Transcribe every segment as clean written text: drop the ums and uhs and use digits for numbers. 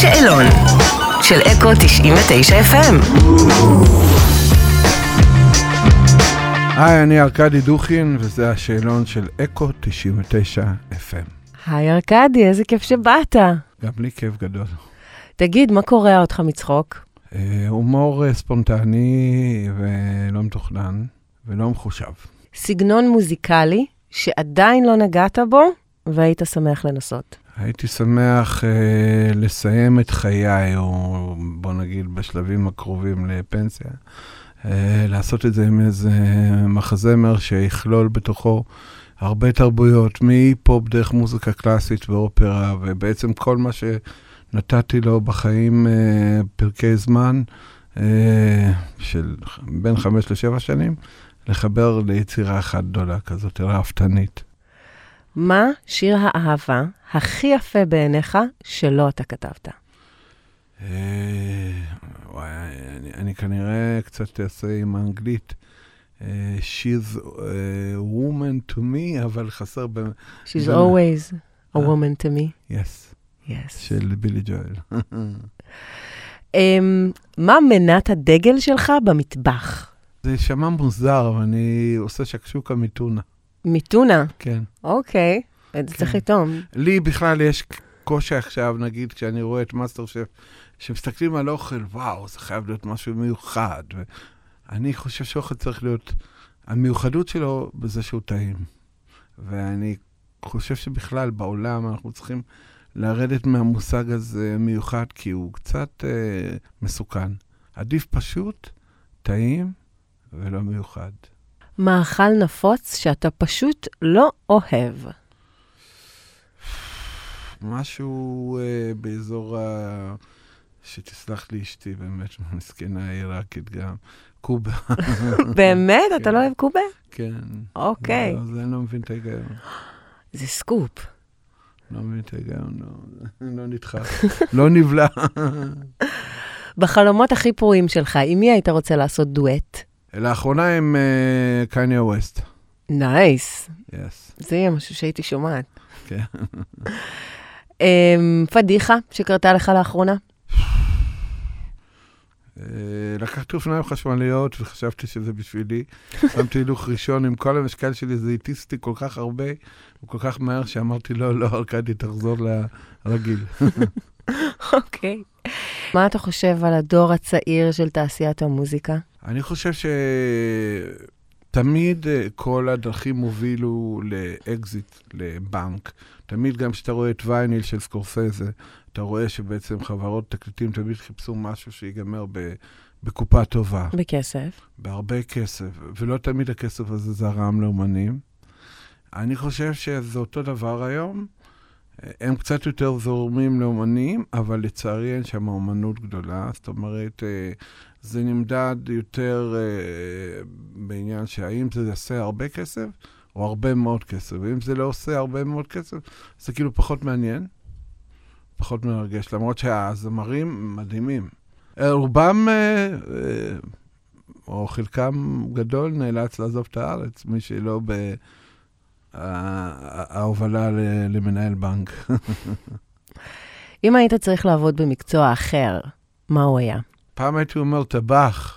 השאלון של אקו 99 FM. היי, אני ארקדי דוכין, וזה השאלון של אקו 99 FM. היי ארקדי, איזה כיף שבאת. גם לי כיף גדול. תגיד, מה קורא אותך מצחוק? הומור ספונטני ולא מתוכנן ולא מחושב. סגנון מוזיקלי שעדיין לא נגעת בו והיית שמח לנסות. הייתי שמח לסיים את חיי, או בוא נגיד בשלבים הקרובים לפנסיה, לעשות את זה עם איזה מחזמר שיכלול בתוכו הרבה תרבויות, מהיפ-הופ דרך מוזיקה קלאסית ואופרה, ובעצם כל מה שנתתי לו בחיים פרקי זמן של בין 5 ל-7 שנים, לחבר ליצירה אחת גדולה כזאת, רהבתנית. מה שיר האהבה הכי יפה בעיניך שלא אתה כתבת? אני כנראה קצת אעשה עם האנגלית. She's a woman to me, אבל חסר She's always a woman to me. Yes. Yes. של בילי ג'ואל. מה מנת הדגל שלך במטבח? זה שמע מוזר, אבל אני עושה שקשוקה מטונה. מטונה? כן. אוקיי, זה צריך לטעום. לי בכלל יש קושי עכשיו, נגיד, כשאני רואה את מאסטר שף, שמסתכלים על אוכל, וואו, זה חייב להיות משהו מיוחד. ואני חושב שאוכל צריך להיות, המיוחדות שלו בזה שהוא טעים. ואני חושב שבכלל בעולם אנחנו צריכים לרדת מהמושג הזה מיוחד, כי הוא קצת מסוכן. עדיף פשוט, טעים ולא מיוחד. מאכל נפוץ שאתה פשוט לא אוהב. משהו באזור שתסלח לי אשתי, באמת מסכנה עיראקית גם. קובה. באמת? אתה לא אוהב קובה? כן. אוקיי. אז אני לא מבין את ההיגיון. זה סקופ. לא מבין את ההיגיון, לא נדחק. לא נבלע. בחלומות הכי פרועים שלך, עם מי היית רוצה לעשות דואט? לאחרונה עם קניה ווסט. נייס. יס. זה יהיה משהו שהייתי שומעת. כן. פדיחה שקרתה לך לאחרונה? לקחתי אופניים חשמליות וחשבתי שזה בשבילי. שמתי הילוך ראשון עם כל המשקל שלי, זה איטיסטי כל כך הרבה וכל כך מהר שאמרתי לא, ארקדי, תחזור לרגיל. אוקיי. מה אתה חושב על הדור הצעיר של תעשיית המוזיקה? אני חושב שתמיד כל הדרכים הובילו לאקזיט, לבנק. תמיד גם כשאתה רואה את וייניל של סקורסזה, אתה רואה שבעצם חברות תקליטים תמיד חיפשו משהו שיגמר בקופה טובה. בכסף. בהרבה כסף, ולא תמיד הכסף הזה זרם לאומנים. אני חושב שזה אותו דבר היום. הם קצת יותר זורמים לאומנים, אבל לצערי אין שם אומנות גדולה. זאת אומרת, זה נמדד יותר בעניין שהאם זה יעשה הרבה כסף, או הרבה מאוד כסף. ואם זה לא עושה הרבה מאוד כסף, זה כאילו פחות מעניין, פחות מרגש. למרות שהזמרים מדהימים. רובם, או חלקם גדול, נאלץ לעזוב את הארץ, מי שלא ההובלה למנהל בנק. אם היית צריך לעבוד במקצוע אחר, מה הוא היה? פעם הייתי אומר טבח.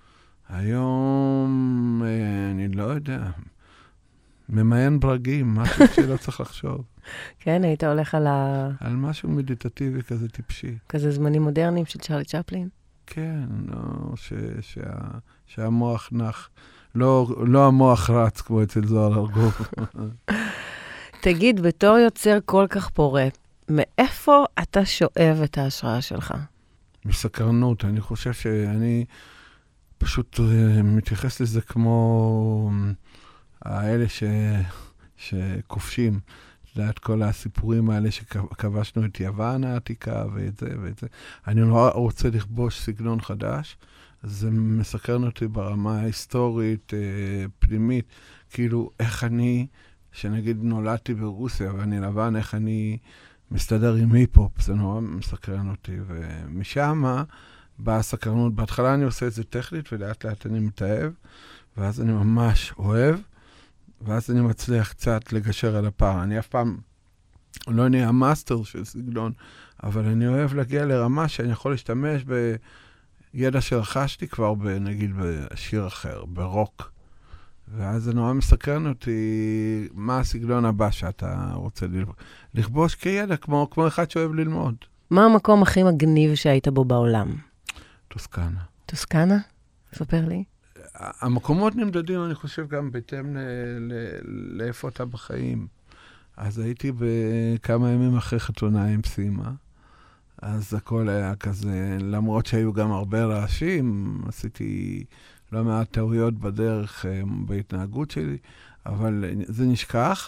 היום, אני לא יודע, ממיין ברגים, משהו שלא צריך לחשוב. כן, היית הולך על משהו מדיטטיבי כזה טיפשי. כזה זמנים מודרניים של צ'רלי צ'פלין? כן, לא, שהמוח נח. לא המוח רץ כמו אצל זוהר ארגוב. תגיד, בתור יוצר כל כך פורה, מאיפה אתה שואב את ההשראה שלך? מסקרנות. אני חושב שאני פשוט מתייחס לזה כמו האלה שכובשים. את כל הסיפורים האלה שכבשנו את יוון העתיקה ואת זה ואת זה. אני נורא רוצה לכבוש סגנון חדש. זה מסקרן אותי ברמה ההיסטורית, פנימית. כאילו, איך אני, שנגיד נולדתי ברוסיה ואני לבן, איך אני מסתדר עם היפ-הופ. זה נורא מסקרן אותי. ומשם באה הסקרנות. בהתחלה אני עושה את זה טכנית, ולאט לאט אני מתאהב. ואז אני ממש אוהב. ואז אני מצליח קצת לגשר על הפער. אני אף פעם לא נהיה המאסטר של סגנון, אבל אני אוהב להגיע לרמה שאני יכול להשתמש בידע שרכשתי כבר, נגיד, בשיר אחר, ברוק. ואז זה נורא מסקרן אותי מה הסגנון הבא שאתה רוצה לכבוש כידע, כמו אחד שאוהב ללמוד. מה המקום הכי מגניב שהיית בו בעולם? טוסקנה. טוסקנה? ספר לי. המקומות נמדדים, אני חושב, גם בהתאם לאיפה אתה בחיים. אז הייתי בכמה ימים אחרי חתונה עם סימה, אז הכל היה כזה, למרות שהיו גם הרבה רעשים, עשיתי לא מעט טעויות בדרך בהתנהגות שלי, אבל זה נשכח,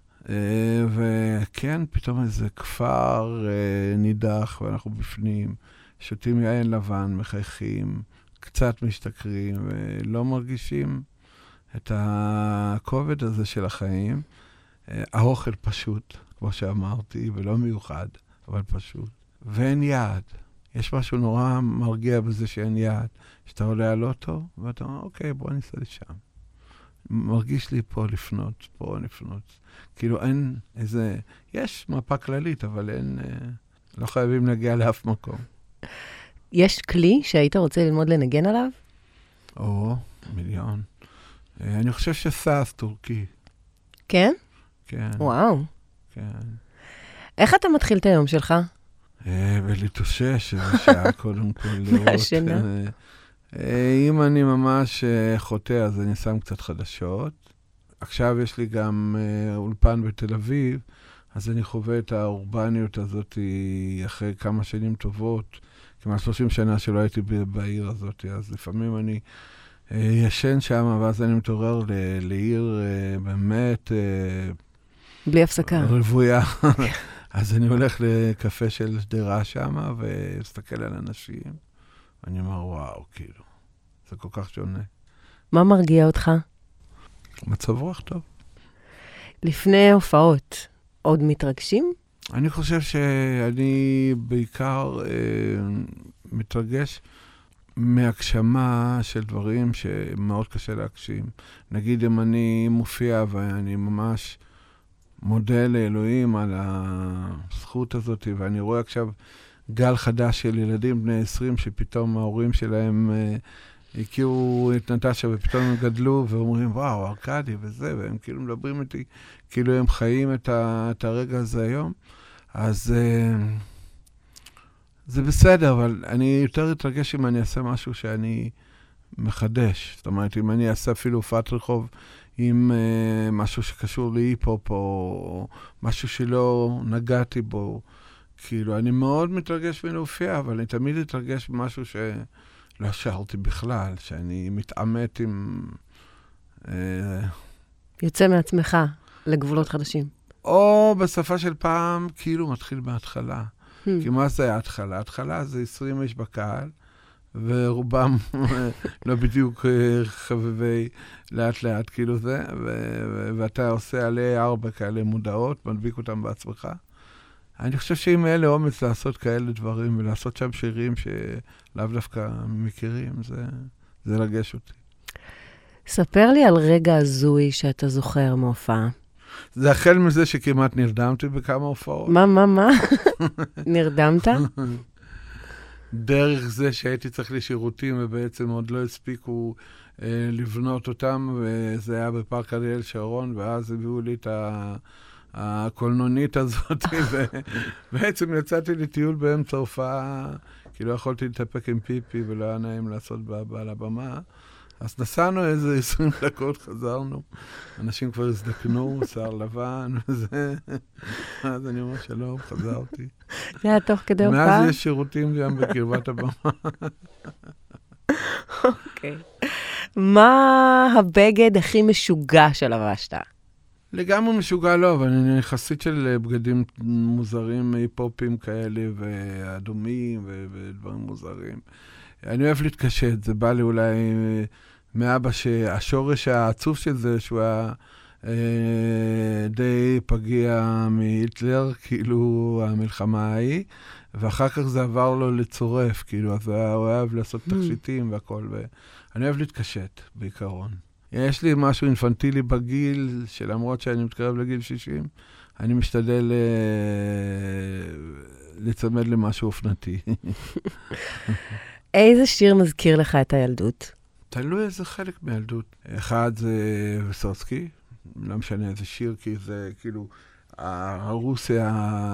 וכן, פתאום איזה כפר נידח, ואנחנו בפנים, שותים יין לבן, מחייכים, קצת משתכרים, ולא מרגישים את הכובד הזה של החיים. האוכל פשוט, כמו שאמרתי, ולא מיוחד, אבל פשוט. ואין יעד. יש משהו נורא מרגיע בזה שאין יעד. שאתה עולה על אוטו, ואתה אומר, אוקיי, בוא ניסע לשם. מרגיש לי פה לפנות, פה לפנות. כאילו אין איזה, יש מפה כללית, אבל אין, לא חייבים להגיע לאף מקום. יש כלי שהיית רוצה ללמוד לנגן עליו? מיליון. אני חושב שסאס טורקי. כן? כן. וואו. כן. איך אתה מתחיל את היום שלך? ולהתאושש, איזו שעה קודם כל לראות. מהשינה. אם אני ממש חוטא, אז אני שם קצת חדשות. עכשיו יש לי גם אולפן בתל אביב, אז אני חווה את האורבניות הזאת אחרי כמה שנים טובות, כמעט 30 שנה שלא הייתי בעיר הזאת, אז לפעמים אני ישן שם, ואז אני מתעורר לעיר באמת בלי הפסקה. רבויה. אז אני הולך לקפה של שדרה שם, ומסתכל על אנשים, ואני אומר, וואו, כאילו, זה כל כך שונה. מה מרגיע אותך? מצב רוח טוב. לפני הופעות, עוד מתרגשים? אני חושב שאני בעיקר מתרגש מהגשמה של דברים שמאוד קשה להגשים. נגיד אם אני מופיע ואני ממש מודה לאלוהים על הזכות הזאת, ואני רואה עכשיו גל חדש של ילדים בני 20 שפתאום ההורים שלהם הכירו את נטשה ופתאום הם גדלו ואומרים, וואו, ארקדי וזה, והם כאילו מדברים איתי, כאילו הם חיים את הרגע הזה היום. אז זה בסדר, אבל אני יותר אתרגש אם אני אעשה משהו שאני מחדש. זאת אומרת, אם אני אעשה אפילו הופעת רחוב עם משהו שקשור להיפ-הופ או משהו שלא נגעתי בו, כאילו, אני מאוד מתרגש מלהופיע, אבל אני תמיד אתרגש במשהו שלא שרתי בכלל, שאני מתעמת עם... יוצא מעצמך לגבולות חדשים. או בשפה של פעם, כאילו מתחיל מההתחלה. כי מה זה היה ההתחלה? ההתחלה זה 20 איש בקהל, ורובם לא בדיוק חבבי לאט לאט, כאילו זה, ואתה עושה עלי 4 כאלה מודעות, מדביק אותם בעצמך. אני חושב שאם אלה אומץ לעשות כאלה דברים, ולעשות שם שירים שלאו דווקא מכירים, זה רגש אותי. ספר לי על רגע הזוי שאתה זוכר מהופעה. זה החל מזה שכמעט נרדמתי בכמה הופעות. מה? נרדמת? דרך זה שהייתי צריך לשירותים, ובעצם עוד לא הספיקו לבנות אותם, וזה היה בפארק אריאל שרון, ואז הביאו לי את הקולנונית הזאת, ובעצם יצאתי לטיול באמצע הופעה, כי לא יכולתי להתאפק עם פיפי, ולא היה נעים לעשות על הבמה. אז נסענו איזה 20 דקות, חזרנו, אנשים כבר הזדקנו, שיער לבן וזה, אז אני אומר שלום, חזרתי. זה היה תוך כדי הופעה? מאז יש שירותים גם בקרבת הבמה. אוקיי. מה הבגד הכי משוגע שלבשת? לגמרי משוגע לא, אבל אני חסיד של בגדים מוזרים, היפופים כאלה, ואדומים ודברים מוזרים. אני אוהב להתקשט, זה בא לי אולי מאבא שהשורש העצוב של זה, שהוא היה די פגיע מהיטלר, כאילו המלחמה ההיא, ואחר כך זה עבר לו לצורף, כאילו, אז הוא אוהב לעשות תכשיטים והכל, ואני אוהב להתקשט בעיקרון. יש לי משהו אינפנטילי בגיל, שלמרות שאני מתקרב לגיל 60, אני משתדל לצמד למשהו אופנתי. איזה שיר מזכיר לך את הילדות? תלוי איזה חלק מילדות. אחד זה ויסוצקי, לא משנה איזה שיר, כי זה כאילו הרוסיה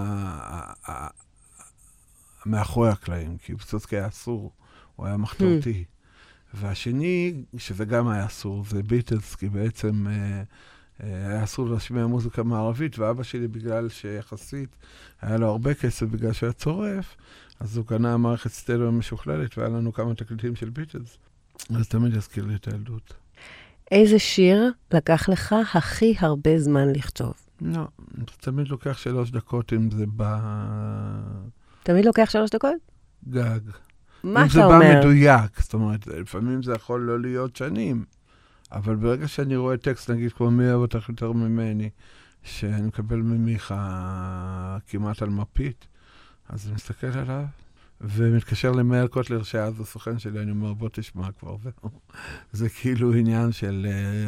מאחורי הקלעים, כי ויסוצקי היה אסור, הוא היה מחתרתי. והשני, שזה גם היה אסור, זה ביטלס, כי בעצם היה אסור להשמיע מוזיקה מערבית, ואבא שלי, בגלל שיחסית היה לו הרבה כסף, בגלל שהיה צורף, אז הוא קנה מערכת סטריאו משוכללת, והיה לנו כמה תקליטים של ביטלס. אז תמיד יזכיר לי את הילדות. איזה שיר לקח לך הכי הרבה זמן לכתוב? לא, תמיד לוקח 3 דקות אם זה בא... תמיד לוקח 3 דקות? גג. מה אתה אם אומר? זה בא מדויק, זאת אומרת, לפעמים זה יכול לא להיות שנים, אבל ברגע שאני רואה טקסט, נגיד כמו מי אוהב אותך יותר ממני, שאני מקבל ממיכה כמעט על מפית, אז אני מסתכל עליו, ומתקשר למאיר קוטלר, שאז הסוכן שלי, אני אומר, בוא תשמע כבר, זה כאילו עניין של...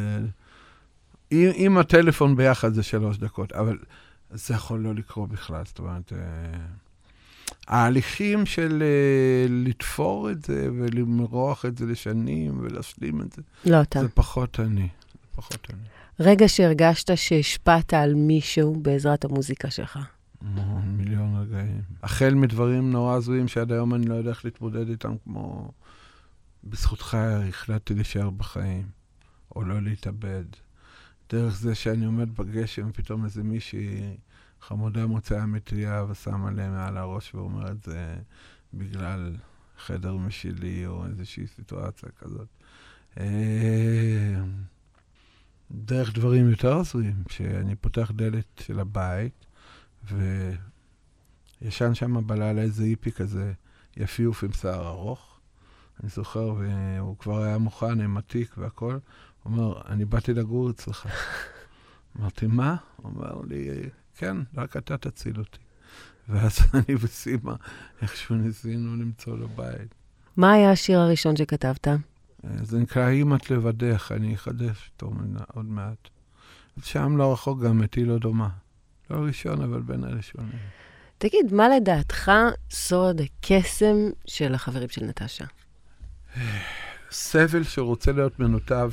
עם הטלפון ביחד זה 3 דקות, אבל זה יכול לא לקרוא בכלל, זאת אומרת... ההליכים של לתפור את זה ולמרוח את זה לשנים ולהשלים את זה, לא אתה. זה פחות אני. רגע שהרגשת שהשפעת על מישהו בעזרת המוזיקה שלך. מיליון רגעים. החל מדברים נורא זויים שעד היום אני לא יודע איך להתמודד איתם, כמו בזכותך החלטתי להישאר בחיים, או לא להתאבד. דרך זה שאני עומד בגשם, פתאום איזה מישהי חמודה מוצאה מטריה ושמה עליה מעל הראש ואומרת זה בגלל חדר משילי או איזושהי סיטואציה כזאת. דרך דברים יותר עזויים, שאני פותח דלת של הבית וישן שם בלילה איזה היפי כזה יפיוף עם שיער ארוך. אני זוכר, והוא כבר היה מוכן עם התיק והכל. הוא אומר, אני באתי לגור אצלך. אמרתי, מה? הוא אומר לי, כן, רק אתה תציל אותי. ואז אני וסימה, איכשהו ניסינו למצוא לו בית. מה היה השיר הראשון שכתבת? זה נקרא, אם את לבדך, אני אחדש אותו עוד מעט. שם לא רחוק גם אתי לא דומה. לא ראשון, אבל בין הראשונים. תגיד, מה לדעתך סוד הקסם של החברים של נטשה? סבל שרוצה להיות מנותב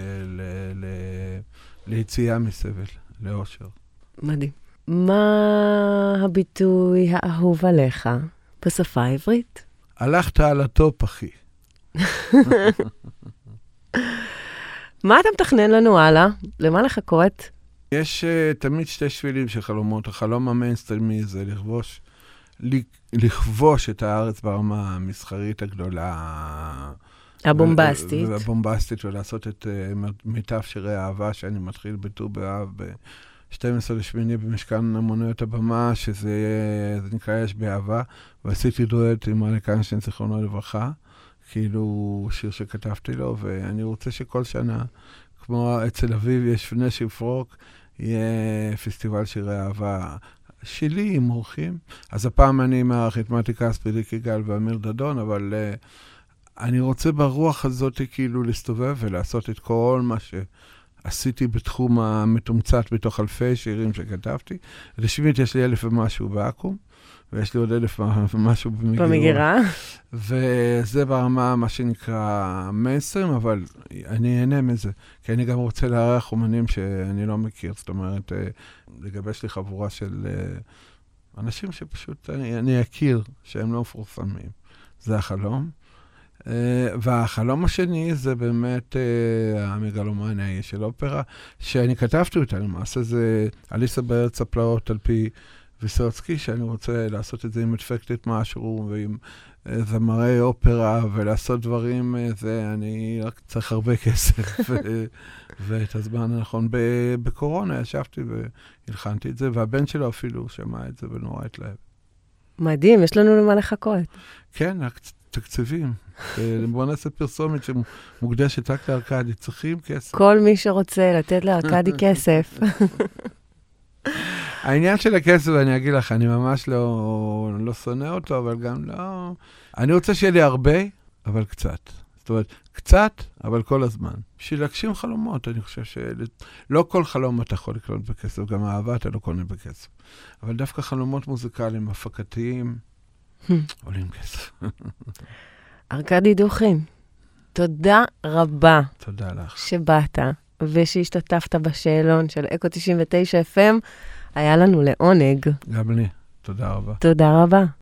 ליציאה מסבל, לאושר. מדהים. מה הביטוי האהוב עליך בשפה העברית? הלכת על הטופ, אחי. מה אתה מתכנן לנו הלאה? למה לחכות? יש תמיד 2 שבילים של חלומות. החלום המיינסטרימי זה לכבוש את הארץ ברמה המסחרית הגדולה. הבומבסטית. הבומבסטית, ולעשות את מיטב שירי האהבה, שאני מתחיל בט"ו באב ב-12/8 במשכן המוניות הבמה, שזה נקרא יש באהבה, ועשיתי דואט עם אריק איינשטיין, זיכרונו לברכה, כאילו שיר שכתבתי לו, ואני רוצה שכל שנה, כמו אצל אביב יש נשי פרוק, יהיה פסטיבל שירי אהבה שלי עם אורחים. אז הפעם אני מארח את מתי כספי, ליקי גל ואמיר דדון, אבל אני רוצה ברוח הזאת כאילו להסתובב ולעשות את כל מה שעשיתי בתחום המתומצת בתוך אלפי שירים שכתבתי. רשמית יש לי 1,000 ומשהו באקום, ויש לי עוד 1,000 ומשהו במגירה. וזה ברמה מה שנקרא מיינסטרים, אבל אני אהנה מזה, כי אני גם רוצה לארח אומנים שאני לא מכיר. זאת אומרת, לגבש לי חבורה של אנשים שפשוט אני אכיר, שהם לא מפורסמים. זה החלום. והחלום השני זה באמת המגלומניה של אופרה, שאני כתבתי אותה, למעשה זה אליסה בארץ הפלאות על פי ויסוצקי, שאני רוצה לעשות את זה עם אפקטית משהו, ועם זמרי אופרה, ולעשות דברים, זה אני רק צריך הרבה כסף, ואת הזמן הנכון. בקורונה ישבתי והלחנתי את זה, והבן שלו אפילו שמע את זה ונורא התלהב. מדהים, יש לנו למה לחכות. כן, תקציבים. בוא נעשה פרסומת שמוקדשת רק לארקדי, צריכים כסף. כל מי שרוצה לתת לארקדי כסף. העניין של הכסף, אני אגיד לך, אני ממש לא שונא אותו, אבל גם לא... אני רוצה שיהיה לי הרבה, אבל קצת. זאת זאת אומרת, קצת, אבל כל הזמן. בשביל להגשים חלומות, אני חושב שלא כל חלום אתה יכול לקנות בכסף, גם אהבה אתה לא קונה בכסף. אבל דווקא חלומות מוזיקליים, הפקתיים, עולים כסף. ארכדי דוכין, תודה רבה. תודה לך. שבאת ושהשתתפת בשאלון של אקו 99 FM. היה לנו לעונג. גם לי. תודה רבה. תודה רבה.